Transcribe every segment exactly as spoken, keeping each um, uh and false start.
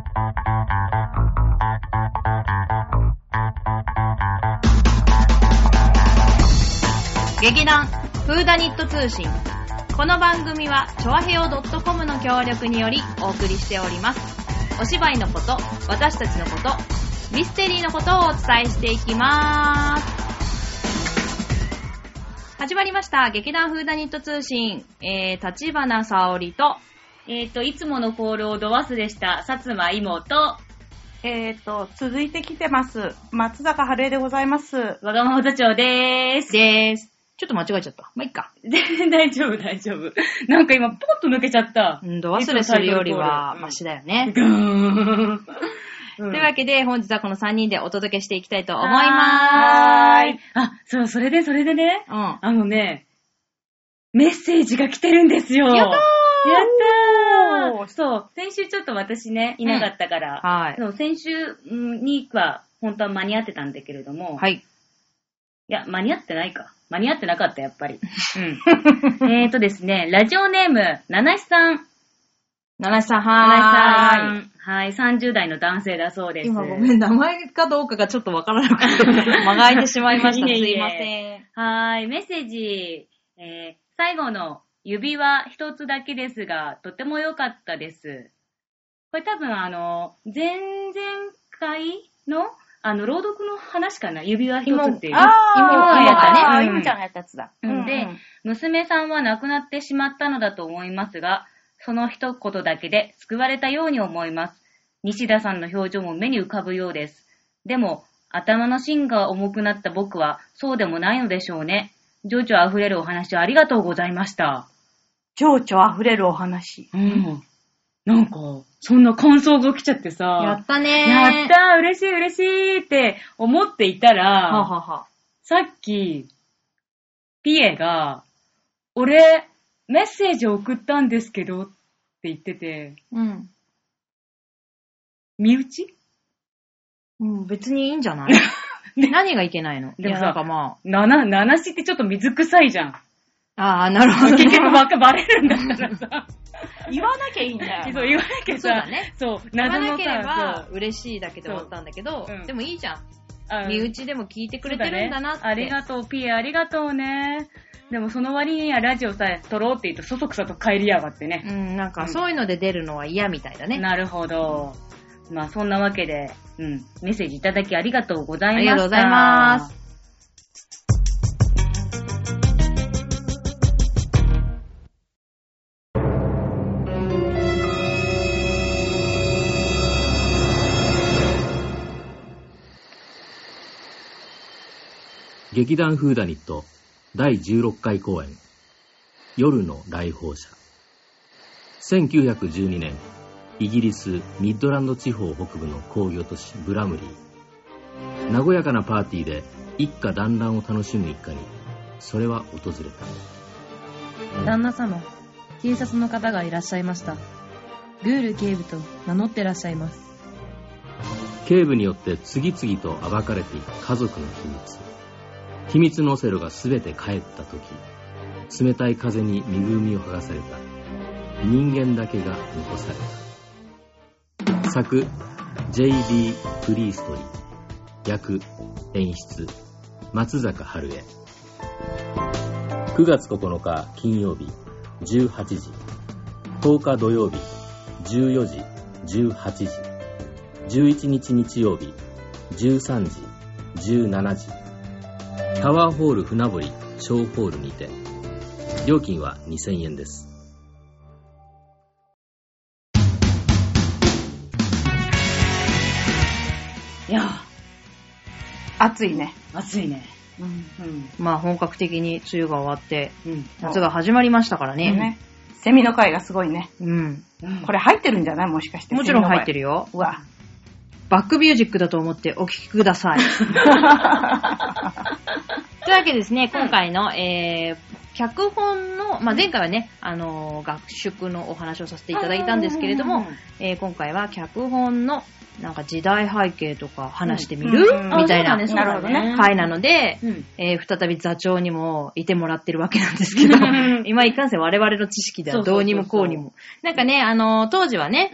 劇団フーダニット通信。この番組はチョアヘオ .com の協力によりお送りしております。お芝居のこと、私たちのこと、ミステリーのことをお伝えしていきます。始まりました劇団フーダニット通信、えー、立花沙織とえっ、ー、といつものコールをド忘れした薩摩妹、 えっ、ー、と続いてきてます松坂春江でございます。 わがまま座長でーすです。ちょっと間違えちゃった。まあ、いっか。 全然大丈夫大丈夫。なんか今ポッと抜けちゃった。 うん、ド忘れするよりはマシだよね。 ぐーんというわけで、本日はこのさんにんでお届けしていきたいと思いまーす。あ、そう、それで、それでね、うん、あのね、メッセージが来てるんですよ。 やったーやったーそう、先週ちょっと私ね、いなかったから、うん、はい。そう、先週には、本当は間に合ってたんだけれども、はい。いや、間に合ってないか。間に合ってなかった、やっぱり。うん。えーとですね、ラジオネーム、ななしさん。 ななしさん、はーい。 はい、さんじゅう代の男性だそうです。 今ごめん、名前かどうかがちょっとわからなくて、間が空いてしまいました。すいません。 はい、メッセージ、えー、最後の指輪一つだけですが、とても良かったです。これ多分あの、前々回のあの、朗読の話かな、指輪一つっていう。 ああ、 妹がやったね。ああ、 うん、 ゆむちゃんがやったやつだ。 うん、で、娘さんは亡くなってしまったのだと思いますが、その一言だけで救われたように思います。西田さんの表情も目に浮かぶようです。でも、頭の芯が重くなった僕は、そうでもないのでしょうね。情緒あふれるお話をありがとうございました。 情緒あふれるお話。 うん。なんか、そんな感想が来ちゃってさ。 やったねー。 やったー、嬉しい嬉しいって思っていたら、はははさっき、ピエが、俺、メッセージを送ったんですけどって言ってて、うん。身内？ うん、別にいいんじゃない何がいけないの？ でもさ、 いやなんかまあ、 なな、ななしってちょっと水臭いじゃん。 ああ、なるほど、ね。 結局ばっかバレるんだったらさ。 言わなきゃいいんだよ。 そう、言わなきゃさ。 そうだね。 そう、 言わなければ嬉しいだけで終わったんだけど、 うん、 でもいいじゃん。身内でも聞いてくれてるんだなって。 ね、ありがとう、ピエありがとうね。でもその割にはラジオさ、撮ろうって言うとそそくさと帰りやがってね。 うん、なんかそういうので出るのは嫌みたいだね。 なるほど。まあそんなわけで、うん、メッセージいただきありがとうございました。 ありがとうございます。 劇団フーダニットだいじゅうろっかい公演夜の来訪者。せんきゅうひゃくじゅうにねん、イギリスミッドランド地方北部の工業都市ブラムリー。和やかなパーティーで一家団らんを楽しむ一家にそれは訪れた。 旦那様、警察の方がいらっしゃいました。グール警部と名乗ってらっしゃいます。 警部によって次々と暴かれていた家族の秘密。秘密のオセロがすべて帰ったとき、冷たい風に身ぐるみを剥がされた人間だけが残された。作 ジェイビー プリーストリー、役演出松坂春江。くがつここのか金曜日じゅうはちじ、とおか土曜日じゅうよじじゅうはちじ、じゅういちにち日曜日じゅうさんじじゅうしちじ、タワーホール船堀小ホールにて。料金はにせんえんです。 いや暑いね。 暑いね。 うんうん、まあ本格的に梅雨が終わって、うん、夏が始まりましたからね。ね、 セミの声がすごいね。 うん。 これ入ってるんじゃない？もしかして。 もちろん入ってるよ。 うわ。 バックミュージックだと思ってお聴きください。というわけでですね、今回の、えー、脚本の、まあ、前回はね、あのー、合宿のお話をさせていただいたんですけれども、えー、今回は脚本のなんか時代背景とか話してみる、うん、みたいな回なので、うんえー、再び座長にもいてもらってるわけなんですけど、今いかんせん我々の知識ではどうにもこうにも。なんかね、あのー、当時はね、うん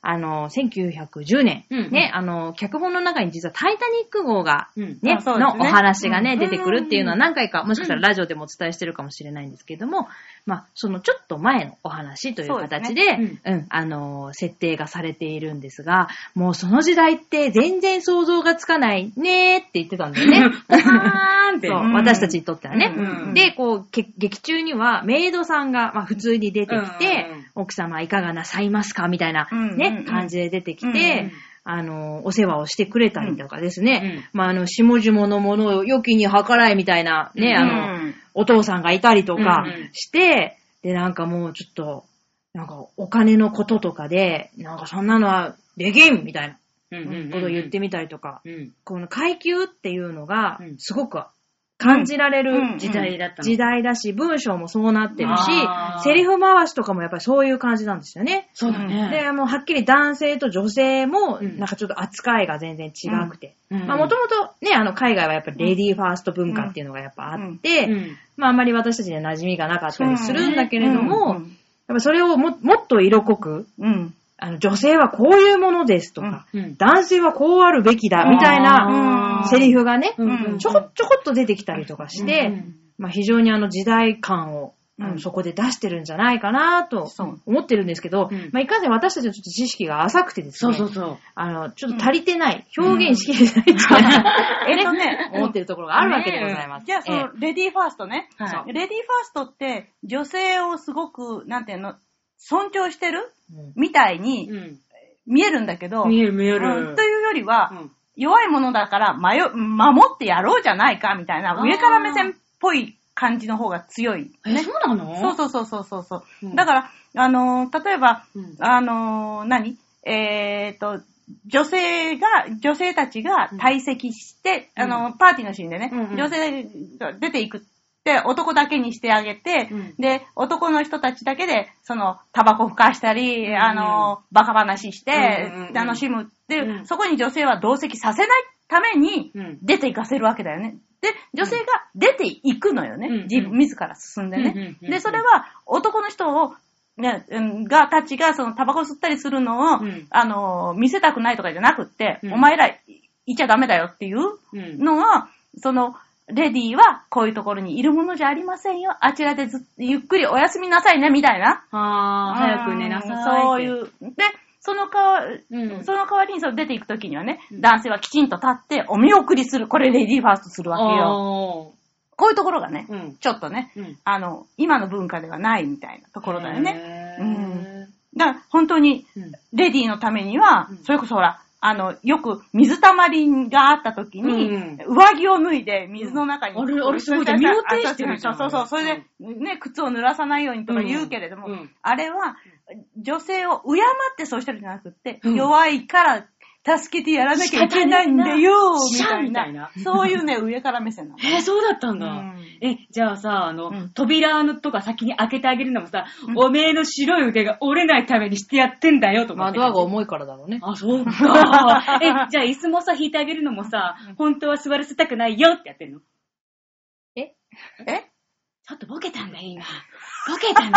あの、せんきゅうひゃくじゅうねん、 うんね、あの、脚本の中に実はタイタニック号が、 うんね、 あそうですねのお話がね、 うん出てくるっていうのは何回か、もしかしたらラジオでもお伝えしてるかもしれないんですけども、まあ、そのちょっと前のお話という形で、 そうですねうん、あの、設定がされているんですが、もうその時代って全然想像がつかないねーって言ってたんだよね。 パーンって。 そう、 うん私たちにとってはね。 うんで、こう、け劇中にはメイドさんが、まあ、普通に出てきて、 うん奥様いかがなさいますかみたいな、 うんね、 うんうん感じで出てきて、 うんあの、お世話をしてくれたりとかですね、 うんまあ、あの、下々のものを良きに計らいみたいな、ね、 うんあの、お父さんがいたりとかうんうんして、で、なんかもうちょっと、なんかお金のこととかで、なんかそんなのはできんみたいなうんうんうんことを言ってみたりとか、 うんこの階級っていうのがうん、 すごく感じられうんる時代だったの。 時代だし、文章もそうなってるしあー、 セリフ回しとかもやっぱりそういう感じなんですよね。 そうだね。 で、もうはっきり男性と女性も、 うんなんかちょっと扱いが全然違くて。 うんまあもともとね、あの海外はやっぱりレディーファースト文化っていうのがやっぱあって、 うんまああんまり私たちには馴染みがなかったりするんだけれどうも、 んやっぱそれをももっと色濃く、 うん。 あの女性はこういうものですとか、 うん男性はこうあるべきだみたいなうんセリフがね、 うんちょこちょこっと出てきたりとかして、 うんまあ、非常にあの時代感を、あのうんそこで出してるんじゃないかなとそう思ってるんですけど、 うんまあ、いかんせん私たちのちょっと知識が浅くてですね、 そうそうそう。 あの、ちょっと足りてない、表現しきれてないんじゃないえっとね、 思ってるところがあるわけでございます。 じゃあその、レディーファーストね。 はいレディーファーストって、女性をすごく、なんていうの、尊重してるうんみたいにうん見えるんだけど、 見える見えうんる。 というよりは、 うん弱いものだから、まよ、守ってやろうじゃないか、みたいな、 あー上から目線っぽい感じの方が強い。 え、そうなのそうそうそうそうそうそう、 うんだから、あのー例えば、 うんあのー何えーと、女性が、女性たちが退席して、 うんあのーパーティーのシーンでね、 うんうん女性が出ていくって、男だけにしてあげて、 うんで、男の人たちだけで、その、タバコふかしたり、 うんあのーバカ話して、 うんうんうん楽しむって、 うんそこに女性は同席させないために、 うん出て行かせるわけだよね。で、女性が出ていくのよね。 うん自分、自ら進んでね。 うんうんうんで、それは男の人を、ね、うんが、たちが、その、タバコ吸ったりするのを、 うんあの、見せたくないとかじゃなくって、 うんお前ら、いいちゃダメだよっていううんのが、その、レディーはこういうところにいるものじゃありませんよ。あちらでずゆっくりお休みなさいね、みたいな。 あー、早く寝なさい。 うんそういう。で、その代わうんその代わりにその出ていくときにはね、 うん男性はきちんと立ってお見送りする。これレディーファーストするわけよ。 よ。 こういうところがね、 うん。 ちょっとね、 うん。 あの、今の文化ではないみたいなところだよね。 ねうんだから本当に、 うんレディーのためには、 うんそれこそほら、あの、よく水たまりがあった時に、 うん上着を脱いで水の中に、 うんあれあれすごいね身を挺してるじゃんそうそうそう。それで、ね、靴を濡らさないようにとか言うけれども、 うんうんあれは、女性を敬ってそうしてるんじゃなくって、 うん弱いから助けてやらなきゃいけないんだよ、み仕方ないなたいなシャンみたいな。 そういうね、上から目線なの。 えー、そうだったんだ。 うんえ、じゃあさ、あの、 うん扉のとか先に開けてあげるのもさ、 うんおめえの白い腕が折れないためにしてやってんだよとか。 まあ、ドアが重いからだろうね。 あ、そうか。え、じゃあ椅子もさ、引いてあげるのもさ、本当は座らせたくないよってやってんの？ えちょっとボケたんだよ、今。ボケたの。ボケ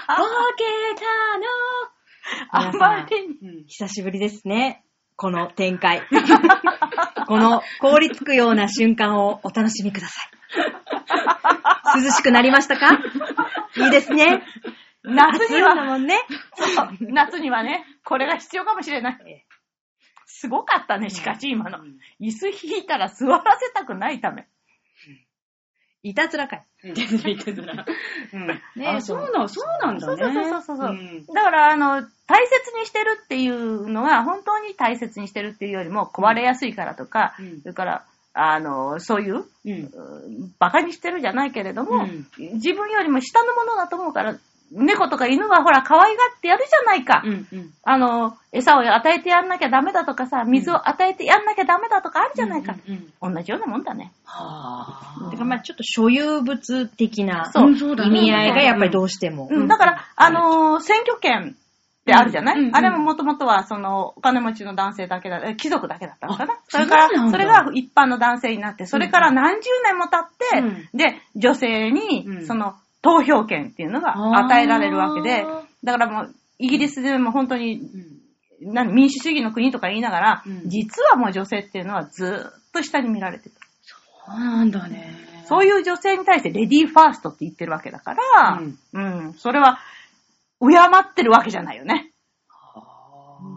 あまりに。 たの。うん。 久しぶりですね。この展開。この凍りつくような瞬間をお楽しみください。涼しくなりましたか？いいですね。 夏に暑いんだは、 もんね。 そう夏にはね、これが必要かもしれない。すごかったね、しかし今の。椅子引いたら座らせたくないため。 いたずらかい。 いたずらいたずら。うん。 ねあ、そうなん、そうなんだね。 そうそうそうそうそう。 んだから、あの、大切にしてるっていうのは、本当に大切にしてるっていうよりも、壊れやすいからとか、 うんそれから、あの、そういう、 うん。 うんバカにしてるじゃないけれども、 うん自分よりも下のものだと思うから、猫とか犬はほら、可愛がってやるじゃないか。 うん。うん。 あの、餌を与えてやんなきゃダメだとかさ、水を与えてやんなきゃダメだとかあるじゃないか。 うんうん。 同じようなもんだね。 はてかまあちょっと所有物的なそううんそうだね意味合いがやっぱりどうしても。 うん、だから、あのー選挙権ってあるじゃない、 うんうんうんあれももともとは、その、お金持ちの男性だけだ、え貴族だけだったのかなあそれからそうなんだそれが一般の男性になって、それから何十年も経って、 うんで、女性にう、んその、投票権っていうのが与えられるわけであー、 だからもう、イギリスでも本当に、 うん何民主主義の国とか言いながら、 うん、 実はもう女性っていうのはずーっと下に見られてる。 そうなんだね。 そういう女性に対してレディーファーストって言ってるわけだから、うん、うん、それは敬ってるわけじゃないよね。はぁ、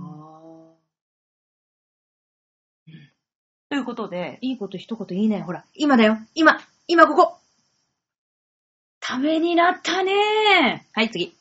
うん、ということで、 いいこと一言言いなよ。ほら、今だよ。今、今ここ。 ためになったねー。はい、次。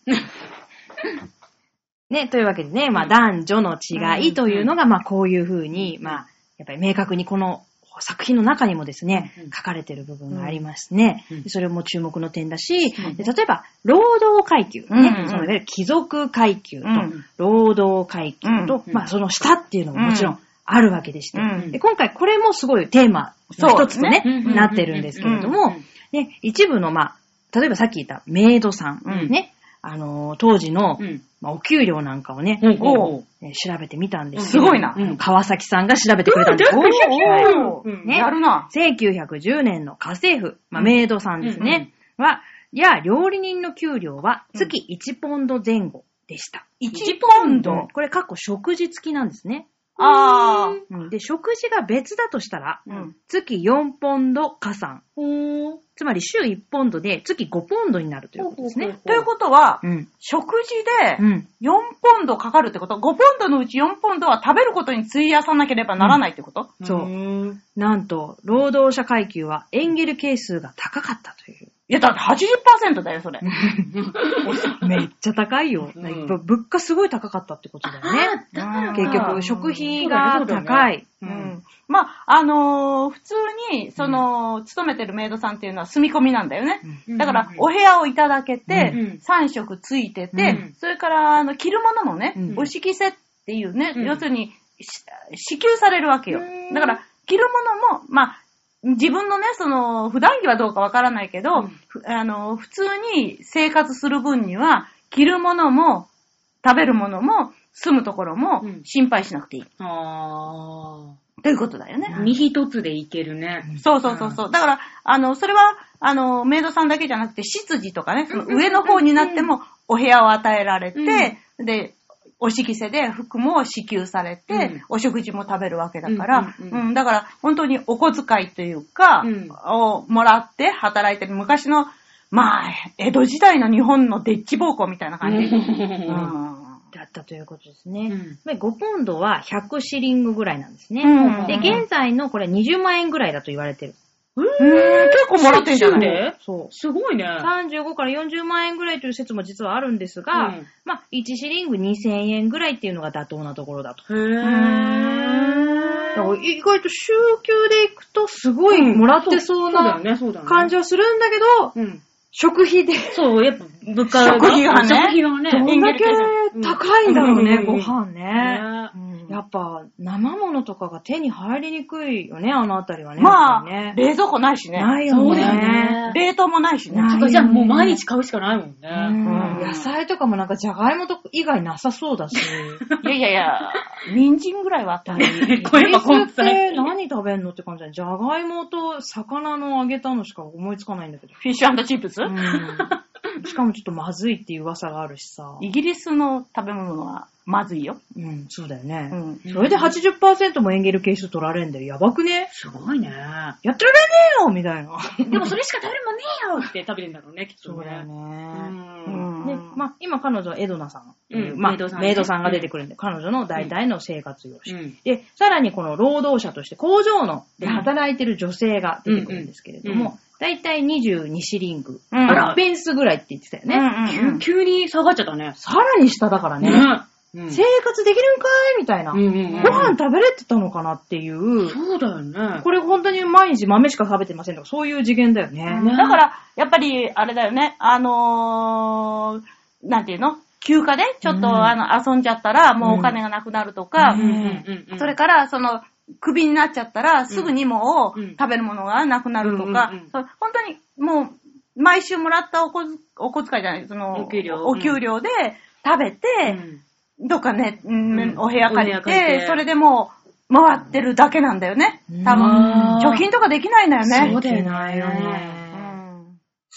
ね、というわけでね、まあ男女の違いというのが、まあこういうふうに、まあ、やっぱり明確にこの作品の中にもですね、書かれている部分がありますね。それも注目の点だし、で例えば、労働階級、ね、そのいわゆる貴族階級と、労働階級と、まあその下っていうのももちろんあるわけでして、で今回これもすごいテーマの一つとね、なってるんですけれども、で一部の、まあ、例えばさっき言ったメイドさん、ね、あのー、当時の、うんまあ、お給料なんかをね、うんをね調べてみたんですすごいな、 うん。川崎さんが調べてくれたんです。 うん、はいうんね、やるな。せんきゅうひゃくじゅうねんの家政婦、まあ、メイドさんですね、うんうん、は、や料理人の給料は月いちポンド前後でした。 いちポンド、 うん、これ、かっこ食事付きなんですね。 ああ、 うん。で、食事が別だとしたら、うん、月よんポンド加算。つまり週いちポンドで月ごポンドになるということですね。 ということは、うん、食事でよんポンドかかるってこと、ごポンドのうちよんポンドは食べることに費やさなければならないってこと、 うん、そう。なんと、労働者階級はエンゲル係数が高かったという。 いや、だって はちじゅっパーセント だよ、それ。 めっちゃ高いよ。うん、物価すごい高かったってことだよね。結局、食費が高い。 うん、まあ、あのー、普通に、その、うん、勤めてるメイドさんっていうのは住み込みなんだよね。うん、だから、お部屋をいただけて、うん、さん食ついてて、うん、それから、あの、着るものもね、うん、お敷せっていうね、うん、要するに、支給されるわけよ。だから、着るものも、まあ、自分のね、その、普段着はどうかわからないけど、うん、あの、普通に生活する分には、着るものも、食べるものも、住むところも、心配しなくていい。うん、ああ。ということだよね。 身一つでいけるね。 そうそうそうそう。だから、あの、それは、あの、メイドさんだけじゃなくて、執事とかね、その上の方になっても、お部屋を与えられて、うん、で、お敷せで服も支給されて、うん、お食事も食べるわけだから、うんうんうんうん、だから本当にお小遣いというか、うん、をもらって働いてる昔の、まあ、江戸時代の日本のデッチ奉公みたいな感じ。うんうんだったということですね。うん、ごポンドはひゃくシリングぐらいなんですね。うん、で、現在のこれにじゅうまんえんぐらいだと言われてる。 うーん、結構もらってんじゃない？ そう。 すごいね。 さんじゅうごからよんじゅうまんえんぐらいという説も実はあるんですが、うん、まあ、いちシリングにせんえんぐらいっていうのが妥当なところだと。へー。だから意外と週給でいくとすごいもらってそうな感じはするんだけど、うん食費で。 そう、やっぱ、物価が。食費がね。 食費がね。 どんだけ高いんだろうね、うん、ご飯ね。ねうん、やっぱ、生物とかが手に入りにくいよね、あのあたりはね。 まあ、 ね、 冷蔵庫ないしね。 ないよね。そうだよね。 冷凍もないしね。 ねじゃあもう毎日買うしかないもんね。 うんうん、野菜とかもなんかじゃがいもと以外なさそうだし。 いやいやいや、人参ぐらいはあったね。これって何食べんのって感じだね。じゃがいもと魚の揚げたのしか思いつかないんだけど。 フィッシュチップス、うん 、しかもちょっとまずいっていう噂があるしさ。 イギリスの食べ物はまずいよ。 うん、そうだよね。うん、それで はちじゅっパーセント もエンゲル係数取られんだよ。やばくね？ すごいね。 やってられねえよみたいな。 でもそれしか食べるもんねえよって食べてんだろうね、きっとね。 そうだよね。うん。で、まあ、今彼女はエドナさん。 うん、 まあ、 メイドさん、 ね、メイドさんが出てくるんで、うん、彼女の大体の生活様式、うん。で、さらにこの労働者として工場ので働いてる女性が出てくるんですけれども、うんうんうんだいたいにじゅうにシリング。うん、あら、ペンスぐらいって言ってたよね、 うんうんうん。急に下がっちゃったね。 さらに下だからね。うん、生活できるんかいみたいな、うんうんうん。ご飯食べれてたのかなっていう。 そうだよね。 これ本当に毎日豆しか食べてませんとか、そういう次元だよね。 ねだから、やっぱり、あれだよね。あのー、なんていうの休暇でちょっと、うん、あの遊んじゃったら、もうお金がなくなるとか、うんうんうん、それから、その、クビになっちゃったら、すぐにもう食べるものがなくなるとか、うんうんうん、本当にもう、毎週もらったお小お小遣いじゃない、その、 お給料、 お給料で食べて、うん、どっかね、うん、お部屋借りて、それでもう回ってるだけなんだよね。多分、貯金とかできないんだよね。 そうできないよね。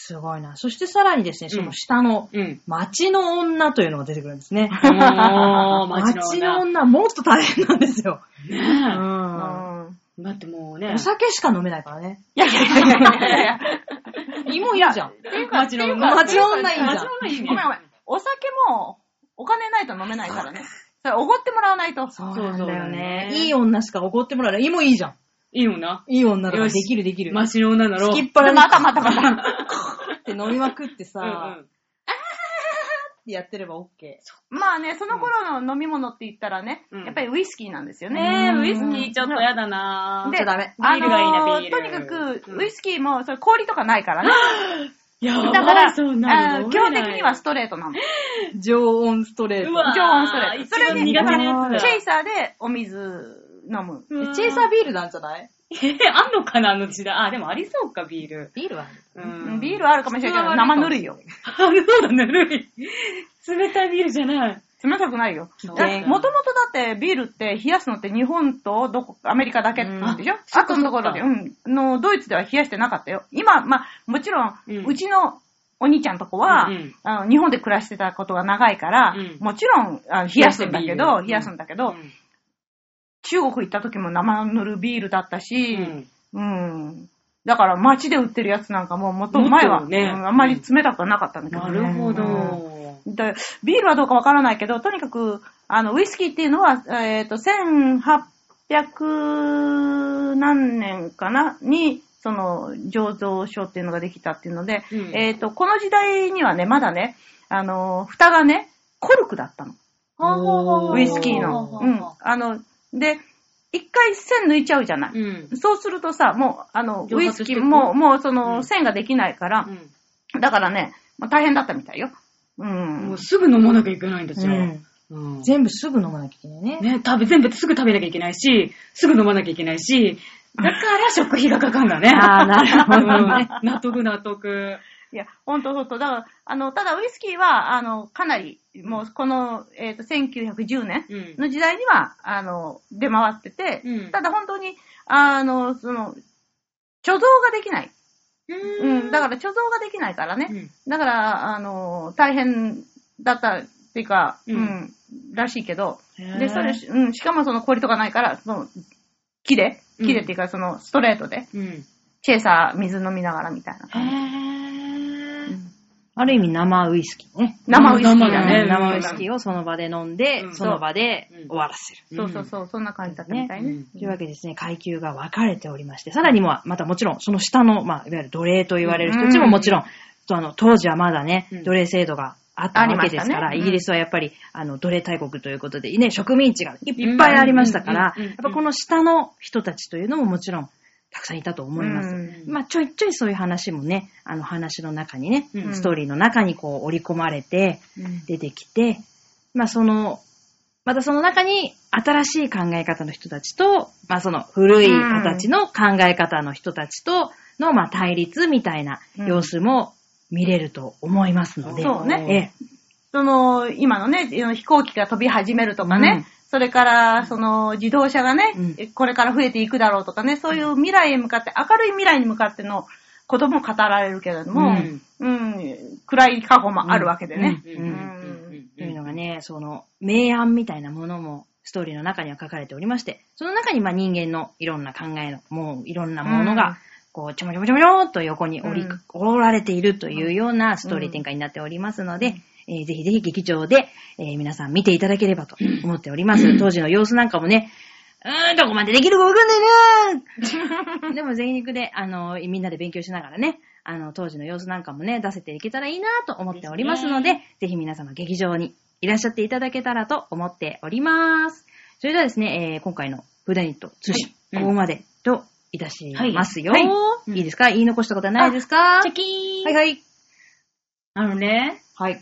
すごいな。そしてさらにですね、その下の、 うん。 町の女というのが出てくるんですね。 おー、 町の女、もっと大変なんですよ。 ねえ。 うん。 だってもうね。 お酒しか飲めないからね。 いやいやいやいやいやいや。 芋いいじゃん。 町の女。 町の女いいじゃん。 町の女いいね。 ごめんごめん。お酒も、お金ないと飲めないからね。それ、おごってもらわないと。 そうなんだよね。 そういい女しか怒ってもらえない。芋いいじゃん。 いいよな。 いい女だからよしできるできる。 町の女だろ。 好きっ腹に。 またまたまた。 って飲みまくってさ、 うんうん。 ってやってれば OK。 まあね、その頃の飲み物って言ったらね、 うんやっぱりウイスキーなんですよね。 ねえ、ウイスキーちょっとやだなで、 ちょっとダメあビールがいいなのービールとにかく、 うんウイスキーも、それ氷とかないからね。 やばい、 だから、 そうなあのー基本的にはストレートなの。 常温ストレート。 うわ常温ストレート。それで、 一番苦手なやつだチェイサーでお水飲む。 うんチェイサービールなんじゃない？ えー、あんのかなあの時代。あ、でもありそうか、ビール。 ビールはある。 うんビールあるかもしれないけど、生ぬるいよ。 あ、そうだ、ぬるい。冷たいビールじゃない。 冷たくないよ。 そうもともとだってビールって冷やすのって日本とどこ、アメリカだけでしょ、 うんあとのところで、うん。の、ドイツでは冷やしてなかったよ。今、まあ、もちろん、 ううんちのお兄ちゃんとこは、 うんうんあの日本で暮らしてたことが長いから、 うんもちろんあの冷やすんだけど、冷冷やすやすんだけど、 うん中国行った時も生ぬるビールだったし、 うんうん。だから街で売ってるやつなんかももっともっと前は、 ねうんあんまり冷たくはなかったんだけどね。 なるほど。 うんでビールはどうかわからないけど、とにかく、あの、ウイスキーっていうのは、えっと、せんはっぴゃく何年かなに、その、醸造所っていうのができたっていうので、 うんえっと、この時代にはね、まだね、あの、蓋がね、コルクだったの。 おウイスキーの。うん。あの、で、一回線抜いちゃうじゃない。 うん。 そうするとさ、もう、あの、 蒸ウイ発してくスキーも、もうそうんの、線ができないから、 うんだからね、まあ、大変だったみたいよ。うん。 もうすぐ飲まなきゃいけないんですよ。 うんうん全部すぐ飲まなきゃいけないね。 ね、食べ、全部すぐ食べなきゃいけないし、すぐ飲まなきゃいけないし、だから食費がかかるんだね。 あーなるほどねうん納得納得。 いや、ほんとほんと。だから、あの、ただウイスキーは、あの、かなり、もう、この、えっと、せんきゅうひゃくじゅうねんうん。 の時代には、あの、出回ってて、 うんただ本当に、あの、その、貯蔵ができない。うん、だから貯蔵ができないからね。 うんだから、あの、大変だったっていうか、 ううんん、らしいけど、 へーで、それ、うん、しかもその氷とかないから、その、木で、木でっていうか、その、ストレートで、 うん。 チェイサー水飲みながらみたいなへ感じ。 ー。 ある意味生ウイスキーね。 生ウイスキー生だねうん生ウイスキーをその場で飲んで、 うんその場でうん終わらせる。 そうそうそう、そんな感じだったみたいね。 うんというわけでですね、階級が分かれておりまして、さらにも、またもちろん、その下の、まあ、いわゆる奴隷と言われる人たちももちろん、あの、当時はまだねうん、 奴隷制度があったわけですから、 ありましたねイギリスはやっぱり、あの、奴隷大国ということで、ね、植民地がいっぱいありましたから、 うんうんうんうんやっぱこの下の人たちというのももちろん、たくさんいたと思います。 うんまあ、ちょいちょいそういう話もね、あの話の中にね、 うんストーリーの中にこう織り込まれて、 うん出てきて、まあその、またその中に新しい考え方の人たちと、まあその古い形の考え方の人たちとの、まあ対立みたいな様子も見れると思いますので。 そうねええ。 その、今のね、飛行機が飛び始めるとかね、 うんそれから、その、自動車がね、 うんこれから増えていくだろうとかね、そういう未来へ向かって、明るい未来に向かってのことも語られるけれども、 うんうん、暗い過去もあるわけでね。 うんうんというのがね、その、明暗みたいなものも、ストーリーの中には書かれておりまして、その中にまあ人間のいろんな考えの、もういろんなものうんが、こう、ちょもちょもちょもちょっと横に折り、 うん折られているというようなストーリー展開になっておりますので、えーぜひぜひ劇場で、えー皆さん見ていただければと思っております。当時の様子なんかもね、うーん、どこまでできるかわかんないなーでも全力で、あの、みんなで勉強しながらね、あの、当時の様子なんかもね、出せていけたらいいなと思っておりますので、ぜひ皆様劇場にいらっしゃっていただけたらと思っております。それではですね、えー今回のフーダニット通信、 はいここまでといたしますよ。 はいいはいいですか？言い残したことはないですか？ チェキーンはいはい。 あのね、 はい。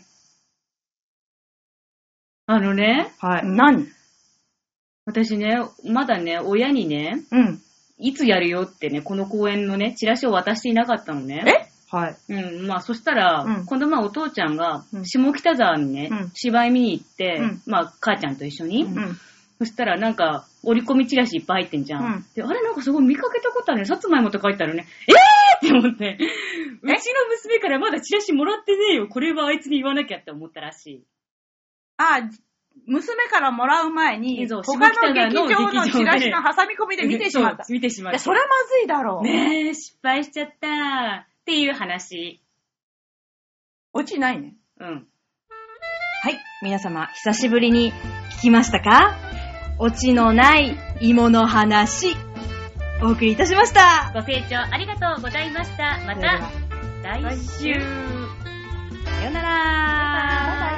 あのね、 はい。 何私ね、まだね、親にね、 うん。 いつやるよってね、この公演のね、チラシを渡していなかったのね。 はい。 うん、まあ、そしたら、 うんこの前お父ちゃんがう、ん下北沢にね、 うん芝居見に行って、 うんまあ、母ちゃんと一緒に、 うん。 そしたらなんか、折り込みチラシいっぱい入ってんじゃん。 うんで、あれなんかすごい見かけたことあるね。さつまいもって書いてあるね。えって思って。うちの娘からまだチラシもらってねえよ。これはあいつに言わなきゃって思ったらしい。 あ、娘からもらう前に、 そう他の劇場のチラシの挟み込みで見てしまった。 見てしまった。 それまずいだろう。 ねえ、失敗しちゃった。っていう話。 落ちないね。 うん。 はい。皆様、久しぶりに聞きましたか？落ちのない芋の話、お送りいたしました。 ご清聴ありがとうございました。また来週。 さよなら。 バイバイ。